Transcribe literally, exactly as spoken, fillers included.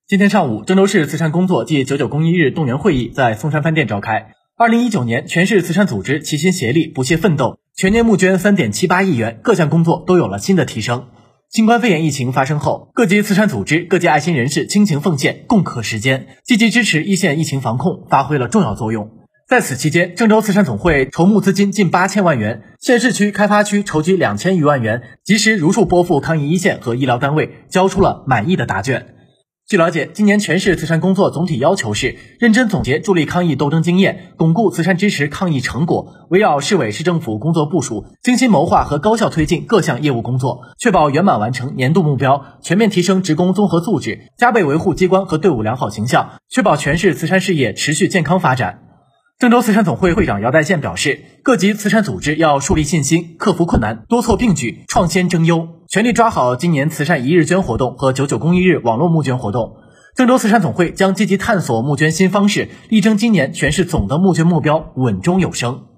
今天上午，郑州市慈善工作暨九九公益日动员会议在松山饭店召开。二零一九年，全市慈善组织齐心协力、不懈奋斗，全年募捐 三点七八亿元，各项工作都有了新的提升。新冠肺炎疫情发生后，各级慈善组织、各界爱心人士倾情奉献，共克时艰，积极支持一线疫情防控，发挥了重要作用。在此期间，郑州慈善总会筹募资金近八千万元，县市区开发区筹集两千余万元，及时如数拨付抗疫一线和医疗单位，交出了满意的答卷。据了解，今年全市慈善工作总体要求是认真总结助力抗疫斗争经验，巩固慈善支持抗疫成果，围绕市委市政府工作部署，精心谋划和高效推进各项业务工作，确保圆满完成年度目标，全面提升职工综合素质，加倍维护机关和队伍良好形象，确保全市慈善事业持续健康发展。郑州慈善总会会长姚代宪表示，各级慈善组织要树立信心，克服困难，多措并举，创先争优，全力抓好今年慈善一日捐活动和九九公益日网络募捐活动。郑州慈善总会将积极探索募捐新方式，力争今年全市总的募捐目标稳中有升。